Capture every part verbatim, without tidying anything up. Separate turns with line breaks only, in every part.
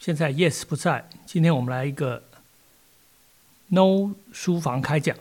现在 Yes 不在，今天我们来一个 No 书房开讲。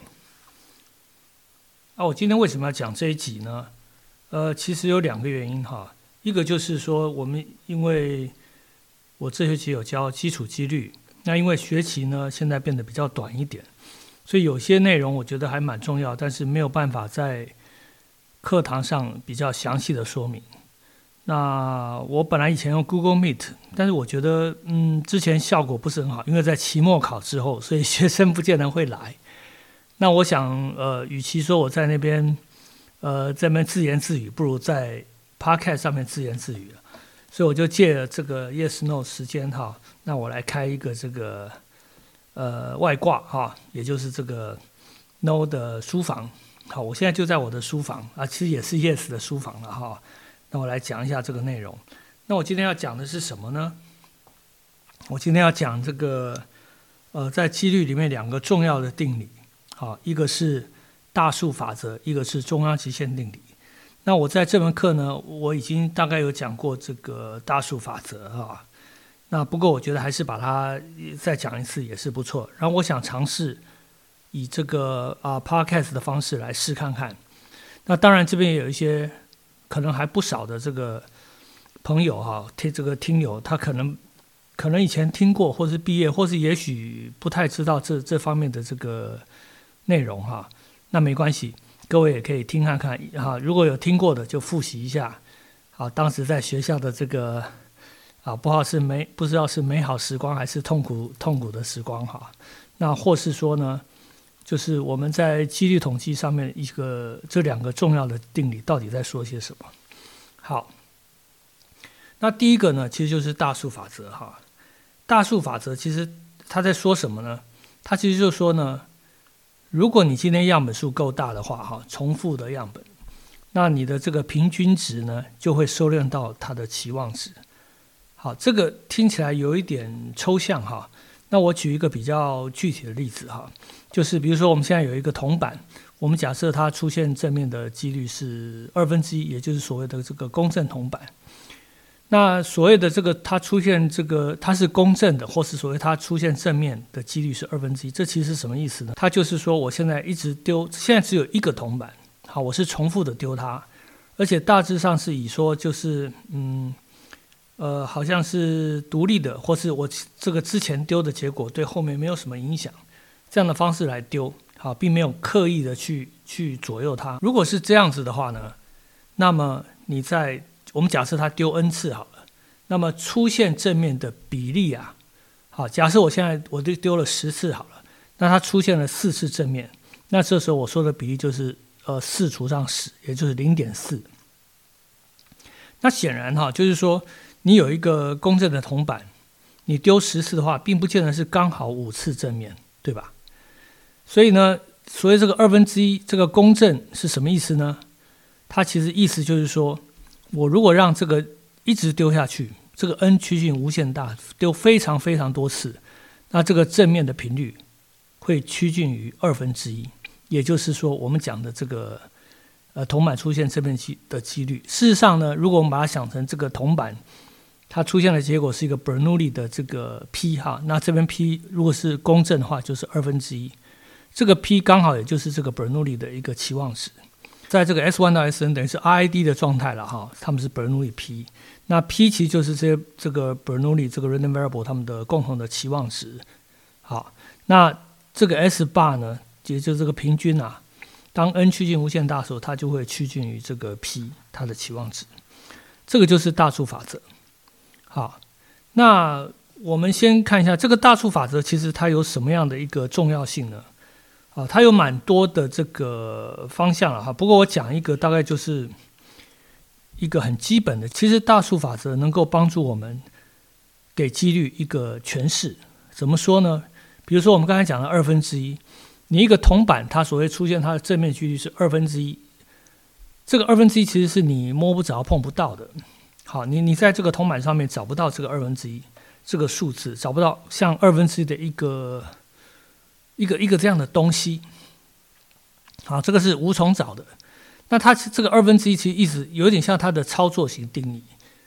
啊，我今天为什么要讲这一集呢？呃，其实有两个原因哈。一个就是说，我们因为我这学期有教基础几率，那因为学期呢现在变得比较短一点，所以有些内容我觉得还蛮重要，但是没有办法在课堂上比较详细的说明。那我本来以前用 Google Meet， 但是我觉得嗯之前效果不是很好，因为在期末考之后，所以学生不见得会来。那我想呃，与其说我在那边呃在那边自言自语，不如在 Podcast 上面自言自语了。所以我就借了这个 Yes No 时间哈，那我来开一个这个呃外挂哈，也就是这个 No 的书房。好，我现在就在我的书房啊，其实也是 Yes 的书房了哈。那我来讲一下这个内容。那我今天要讲的是什么呢？我今天要讲这个呃，在几率里面两个重要的定理，好，一个是大数法则，一个是中央极限定理。那我在这门课呢，我已经大概有讲过这个大数法则啊。那不过我觉得还是把它再讲一次也是不错。然后我想尝试以这个啊 podcast 的方式来试看看。那当然这边也有一些可能还不少的这个朋友哈，听这个听友，他可能可能以前听过，或是毕业，或是也许不太知道这这方面的这个内容哈。那没关系，各位也可以听看看哈。如果有听过的，就复习一下。好，当时在学校的这个啊，不知道是美不知道是美好时光还是痛苦痛苦的时光哈。那或是说呢，就是我们在几率统计上面一个这两个重要的定理到底在说些什么。好，那第一个呢，其实就是大数法则哈。大数法则其实它在说什么呢？它其实就是说呢，如果你今天样本数够大的话哈，重复的样本，那你的这个平均值呢就会收敛到它的期望值。好，这个听起来有一点抽象哈。那我举一个比较具体的例子哈，就是比如说我们现在有一个铜板，我们假设它出现正面的几率是二分之一，也就是所谓的这个公正铜板。那所谓的这个它出现这个它是公正的，或是所谓它出现正面的几率是二分之一，这其实是什么意思呢？它就是说我现在一直丢，现在只有一个铜板，好，我是重复的丢它，而且大致上是以说就是嗯。呃，好像是独立的，或是我这个之前丢的结果对后面没有什么影响，这样的方式来丢，好，并没有刻意的去去左右它。如果是这样子的话呢，那么你在我们假设它丢 n 次好了，那么出现正面的比例啊，好，假设我现在我就丢了十次好了，那它出现了四次正面，那这时候我说的比例就是呃四除上十，也就是 零点四。那显然哈，就是说。你有一个公正的铜板，你丢十次的话，并不见得是刚好五次正面，对吧？所以呢，所谓这个二分之一，这个公正是什么意思呢？它其实意思就是说，我如果让这个一直丢下去，这个 n 趋近无限大，丢非常非常多次，那这个正面的频率会趋近于二分之一，也就是说，我们讲的这个呃铜板出现正面的几率。事实上呢，如果我们把它想成这个铜板，它出现的结果是一个 Bernoulli 的这个 P 哈，那这边 P 如果是公正的话，就是二分之一，这个 P 刚好也就是这个 Bernoulli 的一个期望值，在这个 S 一 到 S n 等于是 R I D 的状态了哈，他们是 Bernoulli P， 那 P 其实就是这些这个 Bernoulli 这个 random variable 他们的共同的期望值。好，那这个 S bar 呢，也就是这个平均啊，当 n 趋近无限大的时候，它就会趋近于这个 P 它的期望值，这个就是大数法则。好，那我们先看一下这个大数法则，其实它有什么样的一个重要性呢？啊，它有蛮多的这个方向了哈。不过我讲一个，大概就是一个很基本的。其实大数法则能够帮助我们给几率一个诠释。怎么说呢？比如说我们刚才讲的二分之一，你一个铜板，它所谓出现它的正面几率是二分之一，这个二分之一其实是你摸不着、碰不到的。好，你你在这个铜板上面找不到这个二分之一这个数字，找不到像二分之一的一个一个一个这样的东西。好，这个是无从找的。那它这个二分之一其实意思有点像它的操作型定义。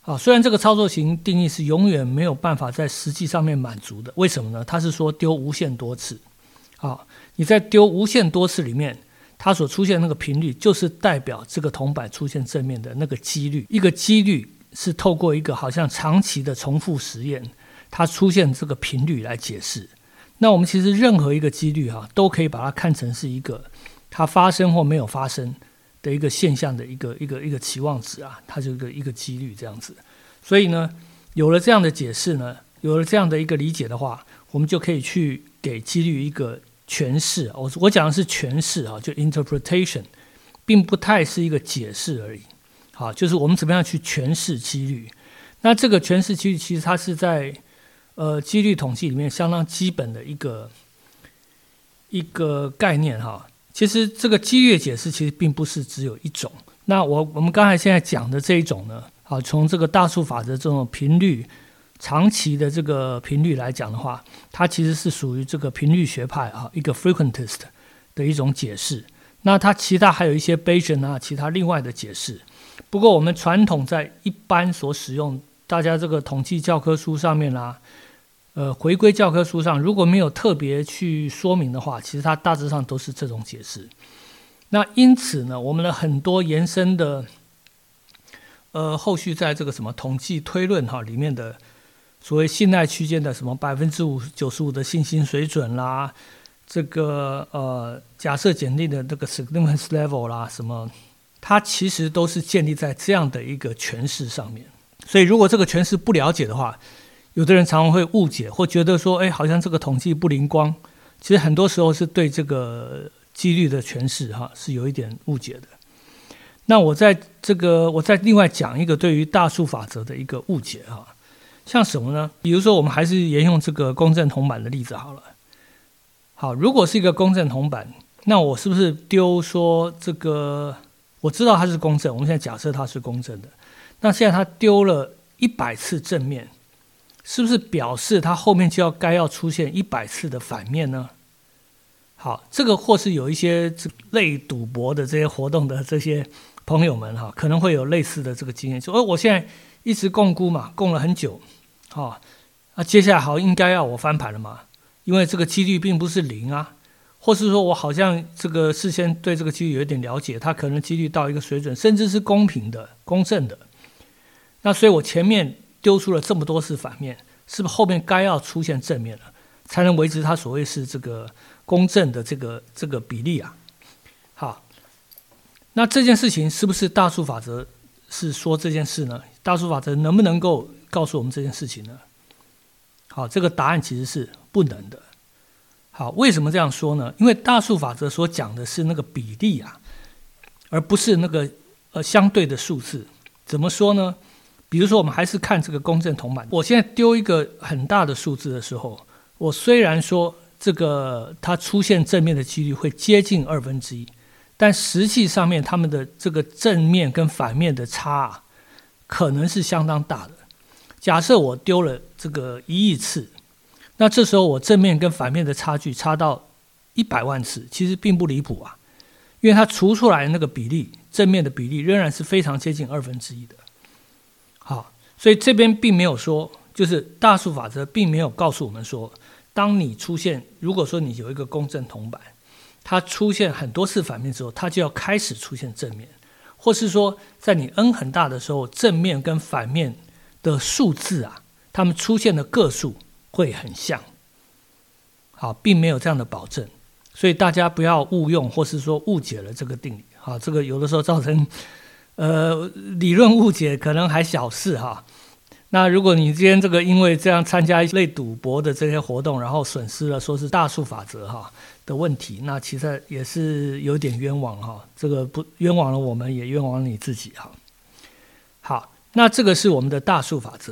好，虽然这个操作型定义是永远没有办法在实际上面满足的，为什么呢？它是说丢无限多次。好，你在丢无限多次里面，它所出现的那个频率，就是代表这个铜板出现正面的那个几率。一个几率是透过一个好像长期的重复实验，它出现这个频率来解释。那我们其实任何一个几率哈，都可以把它看成是一个它发生或没有发生的一个现象的一个一个一个期望值啊，它就一个一个几率这样子。所以呢，有了这样的解释呢，有了这样的一个理解的话，我们就可以去给几率一个诠释。我我讲的是诠释啊，就 interpretation， 并不太是一个解释而已。好，就是我们怎么样去诠释几率。那这个诠释几率，其实它是在呃几率统计里面相当基本的一个一个概念哈。其实这个几率的解释其实并不是只有一种。那我我们刚才现在讲的这一种呢，好，从这个大数法则这种频率长期的这个频率来讲的话，它其实是属于这个频率学派啊，一个 frequentist 的一种解释。那它其他还有一些 Bayesian 啊，其他另外的解释。不过我们传统在一般所使用，大家这个统计教科书上面啦、啊，呃，回归教科书上如果没有特别去说明的话，其实它大致上都是这种解释。那因此呢，我们的很多延伸的，呃，后续在这个什么统计推论哈里面的所谓信赖区间的什么百分之五九十五的信心水准啦，这个呃假设检定的这个 significance level 啦，什么，它其实都是建立在这样的一个诠释上面。所以如果这个诠释不了解的话，有的人常常会误解或觉得说，哎，好像这个统计不灵光。其实很多时候是对这个几率的诠释哈是有一点误解的。那我在这个我再另外讲一个对于大数法则的一个误解哈，像什么呢？比如说我们还是沿用这个公正铜板的例子好了。好，如果是一个公正铜板，那我是不是丢说这个我知道它是公正，我们现在假设它是公正的，那现在它丢了一百次正面，是不是表示它后面就要该要出现一百次的反面呢？好，这个或是有一些类赌博的这些活动的这些朋友们哈，可能会有类似的这个经验，说，哦，我现在一直共估嘛，共了很久，好，那接下来好应该要我翻盘了嘛，因为这个几率并不是零啊，或是说我好像这个事先对这个几率有一点了解，它可能几率到一个水准，甚至是公平的、公正的，那所以我前面丢出了这么多次反面，是不是后面该要出现正面了，才能维持它所谓是这个公正的这个这个比例啊？好，那这件事情是不是大数法则是说这件事呢？大数法则能不能够告诉我们这件事情呢？好，这个答案其实是不能的。好，为什么这样说呢？因为大数法则所讲的是那个比例啊，而不是那个呃相对的数字。怎么说呢？比如说我们还是看这个公正铜板，我现在丢一个很大的数字的时候，我虽然说这个它出现正面的几率会接近二分之一，但实际上面它们的这个正面跟反面的差啊，可能是相当大的。假设我丢了这个一亿次，那这时候我正面跟反面的差距差到一百万次，其实并不离谱啊，因为它除出来的那个比例，正面的比例仍然是非常接近二分之一的。好，所以这边并没有说，就是大数法则并没有告诉我们说，当你出现，如果说你有一个公正铜板，它出现很多次反面之后，它就要开始出现正面，或是说在你 n 很大的时候，正面跟反面的数字啊，它们出现的个数会很像。好，并没有这样的保证，所以大家不要误用或是说误解了这个定理。好，这个有的时候造成呃理论误解可能还小事哈。那如果你今天这个因为这样参加类赌博的这些活动，然后损失了说是大数法则哈的问题，那其实也是有点冤枉哈。这个不冤枉了我们，也冤枉了你自己哈。好，那这个是我们的大数法则。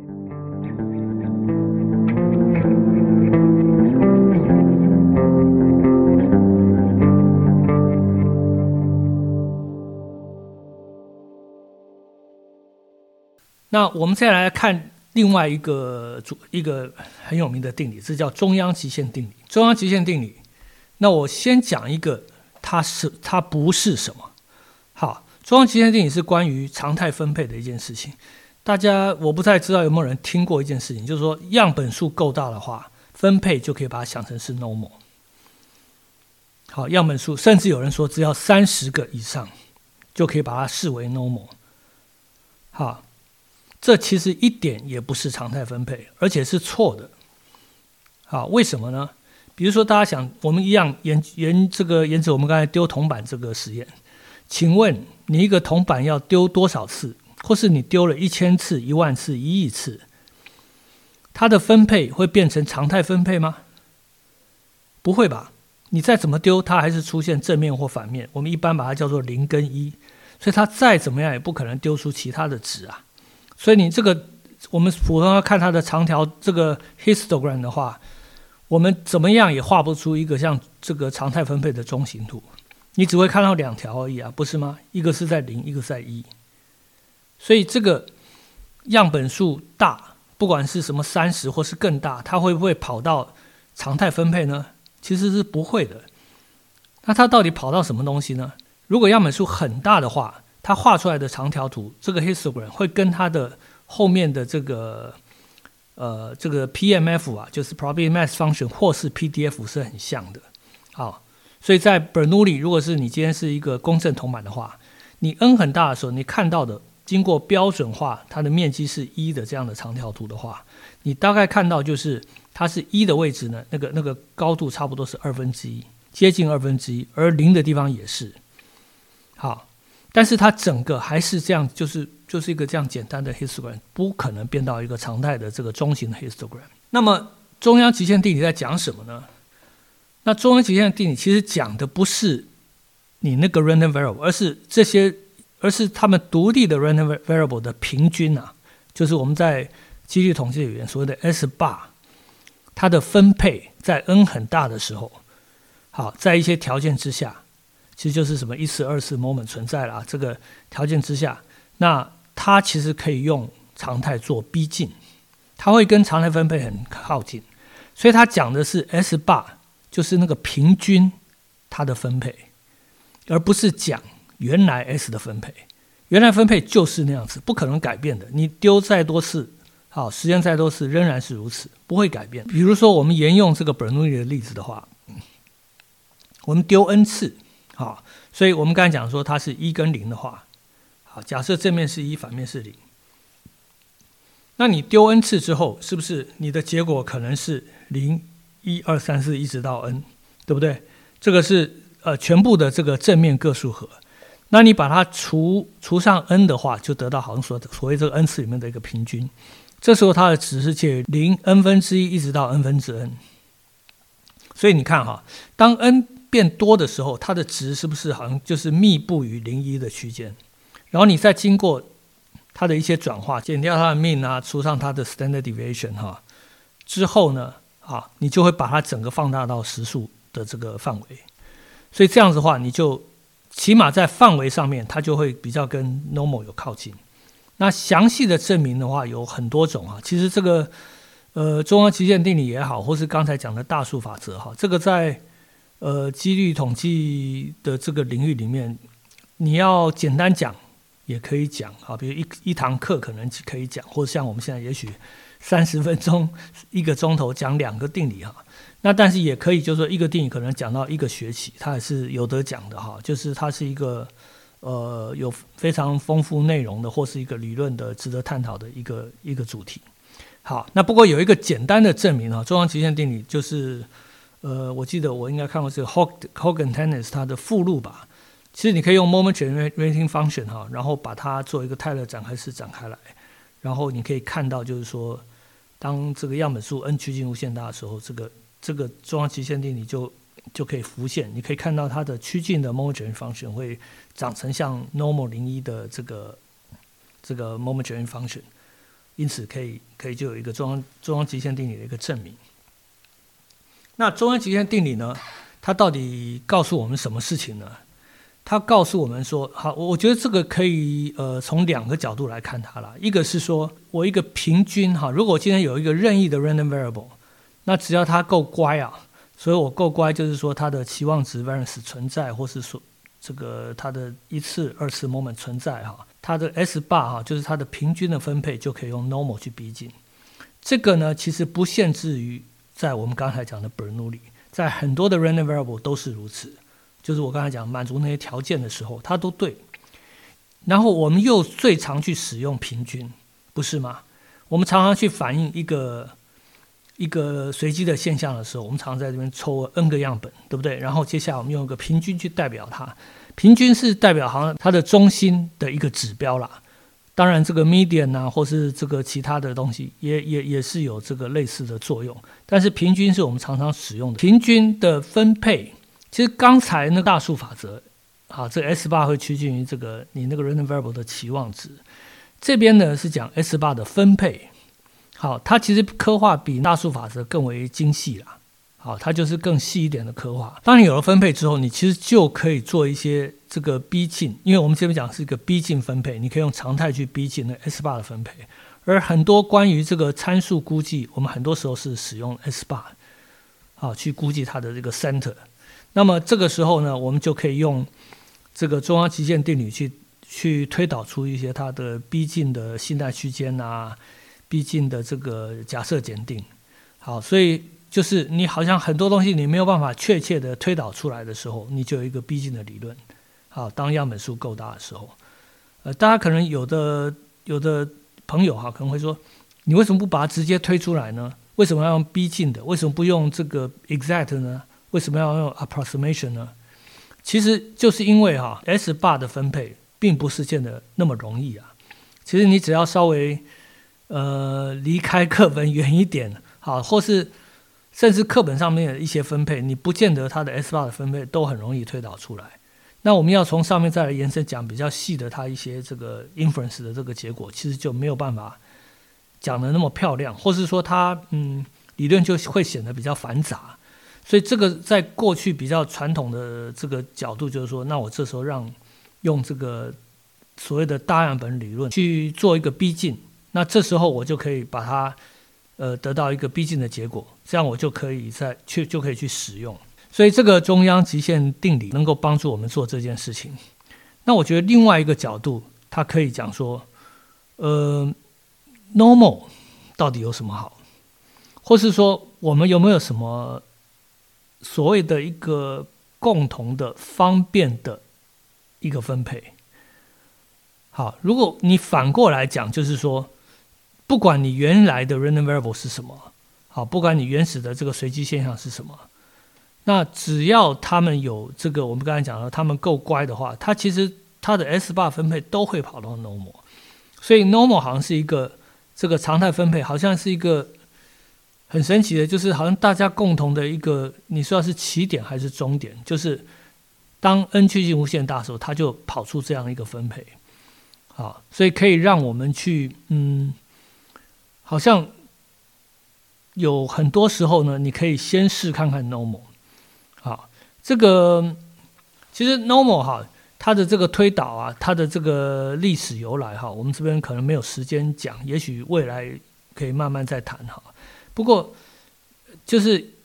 那我们再来看另外一个一个很有名的定理，这叫中央极限定理。中央极限定理，那我先讲一个，它是它不是什么。好，中央极限定理是关于常态分配的一件事情。 大家我不太知道有没有人听过一件事情，就是说样本数够大的话，分配就可以把它想成是 normal。好，样本数甚至有人说只要三十个以上就可以把它视为 normal。好，这其实一点也不是常态分配，而且是错的。好，为什么呢？比如说大家想，我们一样沿沿这个沿着我们刚才丢铜板这个实验，请问你一个铜板要丢多少次，或是你丢了一千次、一万次、一亿次，它的分配会变成常态分配吗？不会吧？你再怎么丢，它还是出现正面或反面。我们一般把它叫做零跟一，所以它再怎么样也不可能丢出其他的值啊。所以你这个我们普通要看它的长条这个 histogram 的话，我们怎么样也画不出一个像这个常态分配的中型图，你只会看到两条而已啊，不是吗？一个是在零，一个是在一。所以这个样本数大，不管是什么三十或是更大，它会不会跑到常态分配呢？其实是不会的。那它到底跑到什么东西呢？如果样本数很大的话，它画出来的长条图，这个 histogram 会跟它的后面的这个呃这个 P M F 啊，就是 probability mass function 或是 P D F 是很像的。好，所以在 Bernoulli 如果是你今天是一个公正铜板的话，你 n 很大的时候，你看到的经过标准化，它的面积是一的这样的长条图的话，你大概看到就是它是一的位置呢，那个那个高度差不多是二分之一，接近二分之一，而零的地方也是。好，但是它整个还是这样，就是就是一个这样简单的 histogram， 不可能变到一个常态的这个中型的 histogram。那么中央极限定理在讲什么呢？那中央极限定理其实讲的不是你那个 random variable， 而是这些，而是他们独立的 random variable 的平均啊，就是我们在几率统计里面所谓的 S bar， 它的分配在 n 很大的时候，好，在一些条件之下。其实就是什么一次、二次 moment 存在了、啊、这个条件之下，那它其实可以用常态做逼近，它会跟常态分配很靠近，所以它讲的是 S bar， 就是那个平均它的分配，而不是讲原来 S 的分配。原来分配就是那样子，不可能改变的。你丢再多次，好，时间再多次，仍然是如此，不会改变。比如说，我们沿用这个 Bernoulli 的例子的话，我们丢 n 次。好，所以我们刚才讲说它是一跟零的话，好，假设正面是一，反面是零，那你丢 n 次之后，是不是你的结果可能是零、一、二、三、四一直到 n， 对不对？这个是呃全部的这个正面个数和，那你把它除除上 n 的话，就得到好像所所谓这个 n 次里面的一个平均，这时候它的值是介于零 n 分之一一直到 n 分之 n， 所以你看哈，当 n变多的时候，它的值是不是好像就是密布于零一的区间？然后你再经过它的一些转化，减掉它的 mean 啊，除上它的 standard deviation 哈，之后呢，啊，你就会把它整个放大到实数的这个范围。所以这样子的话，你就起码在范围上面，它就会比较跟 normal 有靠近。那详细的证明的话，有很多种啊。其实这个呃中央极限定理也好，或是刚才讲的大数法则哈，这个在呃，几率统计的这个领域里面，你要简单讲也可以讲啊，比如一一堂课可能可以讲，或者像我们现在也许三十分钟、一个钟头讲两个定理哈。那但是也可以，就是说一个定理可能讲到一个学期，它也是有得讲的哈，就是它是一个呃有非常丰富内容的，或是一个理论的值得探讨的一个一个主题。好，那不过有一个简单的证明啊，中央极限定理就是。呃，我记得我应该看过这个 Hogan-Tannis 它的附录吧。其实你可以用 moment generating function 哈，然后把它做一个泰勒展开式展开来，然后你可以看到就是说，当这个样本数 n 趋近无限大的时候，这个这个中央极限定理就就可以浮现。你可以看到它的趋近的 moment generating function 会长成像 normal 零一的这个这个 moment generating function， 因此可以可以就有一个中央中央极限定理的一个证明。那中央极限定理呢？它到底告诉我们什么事情呢？它告诉我们说，好，我觉得这个可以呃从两个角度来看它啦。一个是说我一个平均哈，如果我今天有一个任意的 random variable， 那只要它够乖啊，所以我够乖就是说它的期望值 variance 存在，或是说这个它的一次二次 moment 存在哈，它的 S 八 哈就是它的平均的分配就可以用 normal 去逼近。这个呢其实不限制于在我们刚才讲的 Bernoulli， 在很多的 random variable 都是如此，就是我刚才讲满足那些条件的时候它都对。然后我们又最常去使用平均，不是吗？我们常常去反映一个一个随机的现象的时候，我们常常在这边抽 n 个样本，对不对？然后接下来我们用一个平均去代表它，平均是代表好像它的中心的一个指标啦。当然这个 median 啊或是这个其他的东西也也也是有这个类似的作用，但是平均是我们常常使用的。平均的分配，其实刚才那个大数法则好，这个 S 八 会趋近于这个你那个 random variable 的期望值，这边呢是讲 S 八 的分配。好，它其实刻画比大数法则更为精细啦。好，它就是更细一点的刻画。当你有了分配之后，你其实就可以做一些这个逼近，因为我们这边讲是一个逼近分配，你可以用常态去逼近那 S 八 的分配。而很多关于这个参数估计，我们很多时候是使用 S 八 好去估计它的这个 center。那么这个时候呢，我们就可以用这个中央极限定理去去推导出一些它的逼近的信贷区间啊，逼近的这个假设检定。好，所以就是你好像很多东西你没有办法确切的推导出来的时候，你就有一个逼近的理论。好，当样本数够大的时候，呃，大家可能有的有的朋友哈可能会说，你为什么不把它直接推出来呢？为什么要用逼近的？为什么不用这个 exact 呢？为什么要用 approximation 呢？其实就是因为哈 S 八 的分配并不是见得那么容易啊。其实你只要稍微呃离开课本远一点，好，或是甚至课本上面的一些分配，你不见得它的 S 八 的分配都很容易推导出来。那我们要从上面再来延伸讲比较细的它一些这个 inference 的这个结果，其实就没有办法讲得那么漂亮，或是说它嗯理论就会显得比较繁杂。所以这个在过去比较传统的这个角度就是说，那我这时候让用这个所谓的大样本理论去做一个逼近，那这时候我就可以把它呃得到一个逼近的结果，这样我就可以在去就可以去使用。所以这个中央极限定理能够帮助我们做这件事情。那我觉得另外一个角度，它可以讲说，呃 ，normal 到底有什么好，或是说我们有没有什么所谓的一个共同的方便的一个分配。好，如果你反过来讲，就是说不管你原来的 random variable 是什么，好，不管你原始的这个随机现象是什么，那只要他们有这个我们刚才讲的他们够乖的话，它其实它的 S 八 分配都会跑到 normal。 所以 normal 好像是一个这个常态分配，好像是一个很神奇的，就是好像大家共同的一个，你说是起点还是终点，就是当 n 趋近无限大的时候，它就跑出这样一个分配。好，所以可以让我们去嗯，好像有很多时候呢，你可以先试看看 normal。 好，这个其实 normal 哈，它的这个推导啊，它的这个历史由来哈，我们这边可能没有时间讲，也许未来可以慢慢再谈哈。不过，就是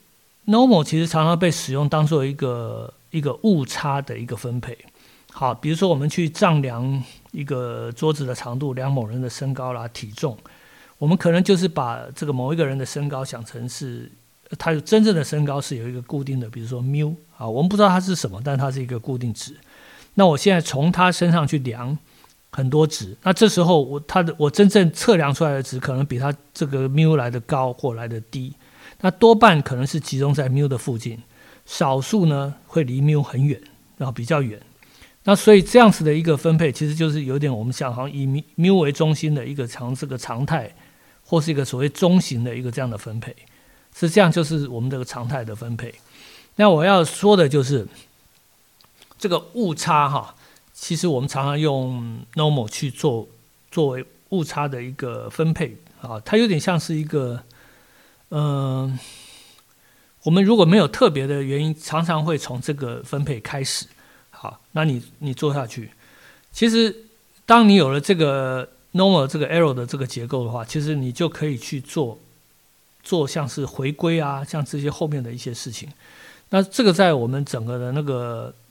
normal 其实常常被使用当做一个一个误差的一个分配。好，比如说我们去丈量一个桌子的长度，量某人的身高啦、体重，我们可能就是把这个某一个人的身高想成是他真正的身高是有一个固定的，比如说 mu 啊，我们不知道它是什么，但它是一个固定值。那我现在从他身上去量很多值，那这时候我他的我真正测量出来的值可能比他这个 mu 来的高或来的低，那多半可能是集中在 mu 的附近，少数呢会离 mu 很远，然后比较远。那所以这样子的一个分配，其实就是有点我们想好像以 mu 为中心的一个常这个常态，或是一个所谓中型的一个这样的分配，是这样，就是我们这个常态的分配。那我要说的就是这个误差哈，其实我们常常用 normal 去做作为误差的一个分配啊，它有点像是一个，嗯、呃，我们如果没有特别的原因，常常会从这个分配开始。好，那你你做下去，其实当你有了这个 normal 这个 error 的这个结构的话，其实你就可以去做做像是回归啊，像这些后面的一些事情。那这个在我们整个的那个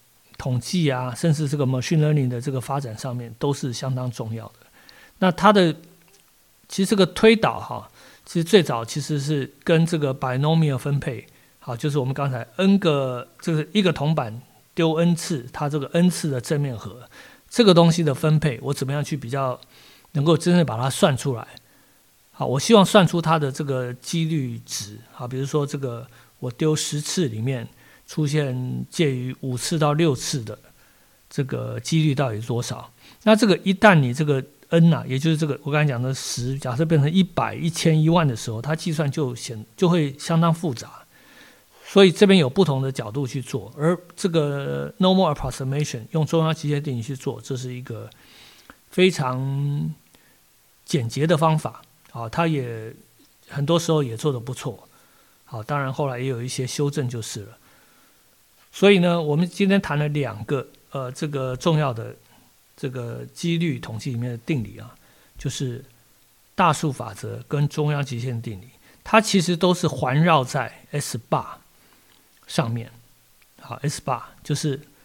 统计啊，甚至这个 machine learning 的这个发展上面都是相当重要的。那它的其实这个推导哈，其实最早其实是跟这个 binomial 分配，好，就是我们刚才 n 个这个一个铜板丢 n 次，它这个 n 次的正面和这个东西的分配，我怎么样去比较能够真正把它算出来？好，我希望算出它的这个几率值。好，比如说这个我丢十次里面出现介于五次到六次的这个几率到底是多少？那这个一旦你这个 n 啊，也就是这个我刚才讲的十，假设变成一百、一千、一万的时候，它计算就显就会相当复杂。所以这边有不同的角度去做，而这个 normal approximation 用中央极限定理去做，这是一个非常简洁的方法。好，它也很多时候也做得不错。好，当然后来也有一些修正就是了。所以呢，我们今天谈了两个呃这个重要的这个几率统计里面的定理啊，就是大数法则跟中央极限定理，它其实都是环绕在 S 八上面。好 ，S 八就是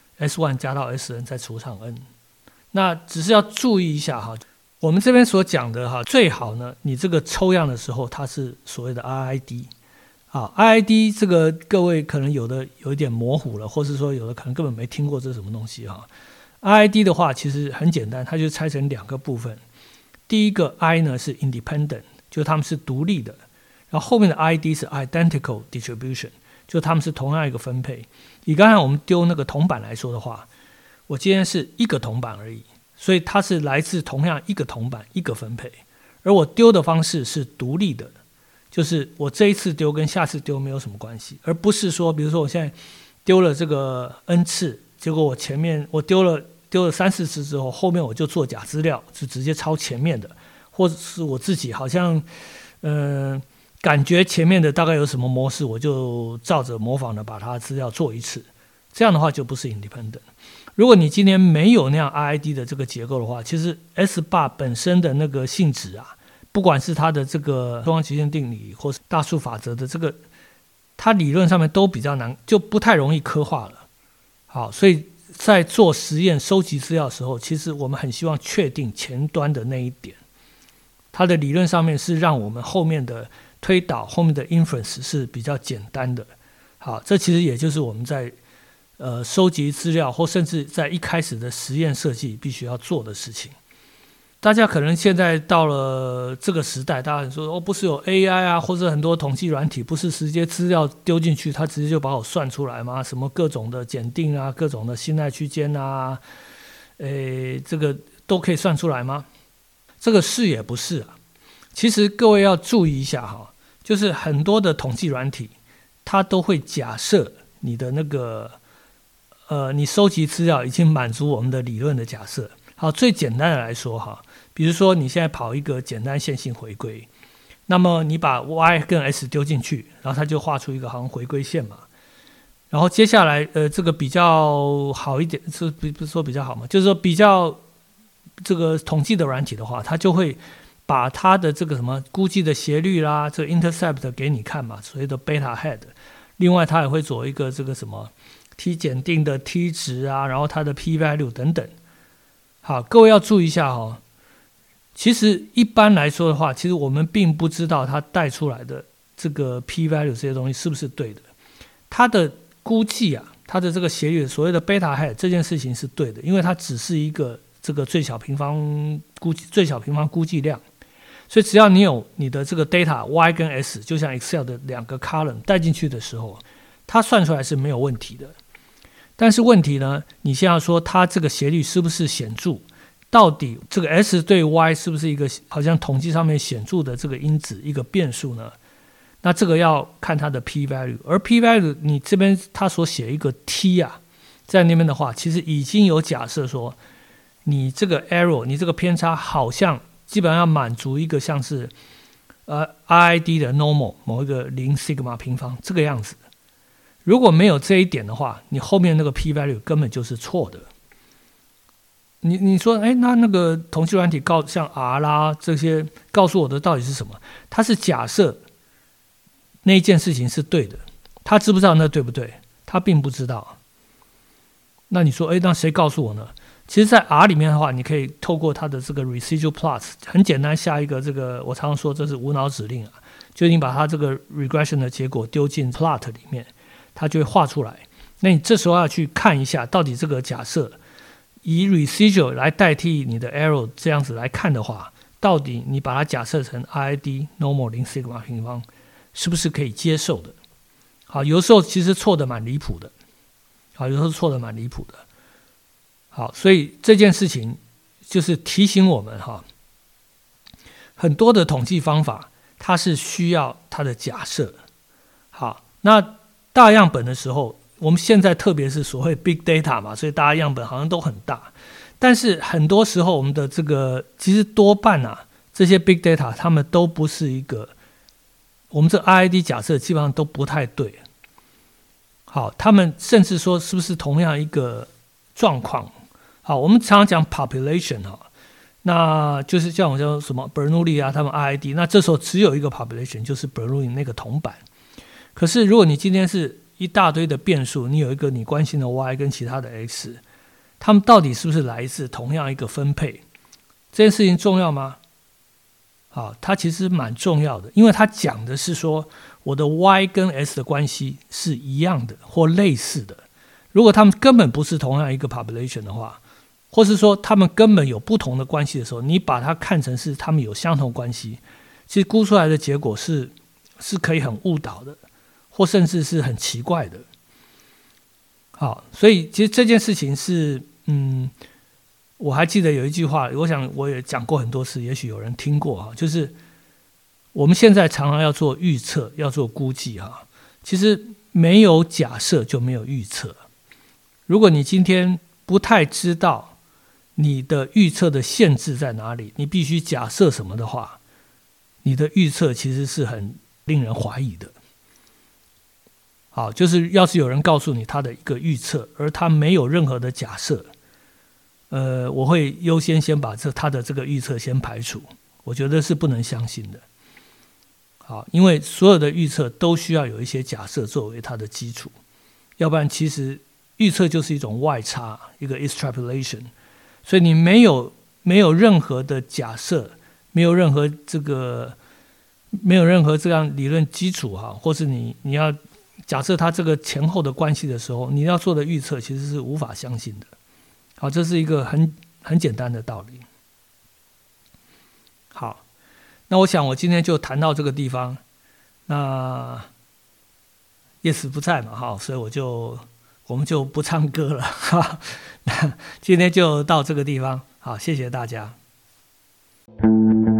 S 一 加到 S n 再除上 n。那只是要注意一下哈。我们这边所讲的哈，最好呢，你这个抽样的时候，它是所谓的 R I D， 啊 ，R I D 这个各位可能有的有一点模糊了，或是说有的可能根本没听过这是什么东西哈。R I D 的话其实很简单，它就拆成两个部分。第一个 I 呢是 independent， 就它们是独立的，然后后面的 I D 是 identical distribution， 就它们是同样一个分配。以刚才我们丢那个铜板来说的话，我今天是一个铜板而已。所以它是来自同样一个铜板一个分配，而我丢的方式是独立的，就是我这一次丢跟下次丢没有什么关系，而不是说比如说我现在丢了这个 n 次，结果我前面我丢了丢了三四次之后，后面我就做假资料，就直接抄前面的，或者是我自己好像呃感觉前面的大概有什么模式，我就照着模仿的把它资料做一次，这样的话就不是 independent。如果你今天没有那样 R I D 的这个结构的话，其实 S 八本身的那个性质啊，不管是它的这个中央极限定理或是大数法则的这个，它理论上面都比较难，就不太容易刻画了。好，所以在做实验收集资料的时候，其实我们很希望确定前端的那一点，它的理论上面是让我们后面的推导、后面的 inference 是比较简单的。好，这其实也就是我们在呃，收集资料或甚至在一开始的实验设计必须要做的事情。大家可能现在到了这个时代，大家说哦，不是有 A I 啊，或者很多统计软体，不是直接资料丢进去，它直接就把我算出来吗？什么各种的检定啊，各种的信赖区间啊，诶，这个都可以算出来吗？这个是也不是啊。其实各位要注意一下哈，就是很多的统计软体，它都会假设你的那个。呃，你收集资料已经满足我们的理论的假设。好，最简单的来说哈，比如说你现在跑一个简单线性回归，那么你把 y 跟 s 丢进去，然后它就画出一个好像回归线嘛。然后接下来，呃，这个比较好一点，是不不是说比较好嘛？就是说比较这个统计的软体的话，它就会把它的这个什么估计的斜率啦，这个 intercept 给你看嘛，所谓的 beta head。另外，它也会做一个这个什么。T 检定的 T 值啊，然后它的 P value 等等。好，各位要注意一下哦。其实一般来说的话，其实我们并不知道它带出来的这个 P value 这些东西是不是对的。它的估计啊，它的这个斜率所谓的 beta head 这件事情是对的，因为它只是一个这个最小平方估计最小平方估计量。所以只要你有你的这个 data y 跟 s， 就像 Excel 的两个 column 带进去的时候，它算出来是没有问题的。但是问题呢，你现在说它这个斜率是不是显著？到底这个 S 对 Y 是不是一个好像统计上面显著的这个因子一个变数呢？那这个要看它的 P value， 而 P value 你这边它所写一个 T 啊，在那边的话，其实已经有假设说，你这个 error， 你这个偏差好像基本上要满足一个像是呃 R I D 的 normal 某一个零 sigma 平方这个样子。如果没有这一点的话，你后面那个 p value 根本就是错的。你你说，哎，那那个统计软体告像 R 啦这些告诉我的到底是什么？它是假设那一件事情是对的，他知不知道那对不对？他并不知道。 那你说，哎，那谁告诉我呢？其实，在 R 里面的话，你可以透过它的这个 residual plots， 很简单下一个这个，我常常说这是无脑指令啊，就你把它这个 regression 的结果丢进 plot 里面，它就会画出来。那你这时候要去看一下，到底这个假设以 residual 来代替你的 error 这样子来看的话，到底你把它假设成 R I D normal 零 sigma 平方，是不是可以接受的？好，有时候其实错的蛮离谱的，好，有时候错的蛮离谱的。好，所以这件事情就是提醒我们哈，很多的统计方法它是需要它的假设。好，那大样本的时候，我们现在特别是所谓 big data 嘛，所以大家样本好像都很大，但是很多时候我们的这个其实多半啊，这些 big data 他们都不是一个，我们这 R I D 假设基本上都不太对。好，他们甚至说是不是同样一个状况？好，我们常常讲 population 哈，那就是像我说什么 Bernoulli 啊，他们 R I D， 那这时候只有一个 population， 就是 Bernoulli 那个铜板。可是如果你今天是一大堆的变数，你有一个你关心的 Y 跟其他的 X， 他们到底是不是来自同样一个分配？这件事情重要吗？好，它其实蛮重要的，因为它讲的是说我的 Y 跟 S 的关系是一样的或类似的。如果他们根本不是同样一个 population 的话，或是说他们根本有不同的关系的时候，你把它看成是他们有相同关系，其实估出来的结果是是可以很误导的，或甚至是很奇怪的。好，所以其实这件事情是，嗯，我还记得有一句话，我想我也讲过很多次，也许有人听过哈，就是我们现在常常要做预测，要做估计哈，其实没有假设就没有预测。如果你今天不太知道你的预测的限制在哪里，你必须假设什么的话，你的预测其实是很令人怀疑的。好，就是要是有人告诉你他的一个预测，而他没有任何的假设，呃，我会优先先把这他的这个预测先排除，我觉得是不能相信的。好，因为所有的预测都需要有一些假设作为它的基础，要不然其实预测就是一种外差，一个 extrapolation。所以你没有没有任何的假设，没有任何这个没有任何这样理论基础哈，或是你你要假设它这个前后的关系的时候，你要做的预测其实是无法相信的。好，这是一个很很简单的道理。好，那我想我今天就谈到这个地方。那Yes不在嘛哈，所以我就我们就不唱歌了哈。今天就到这个地方，好，谢谢大家。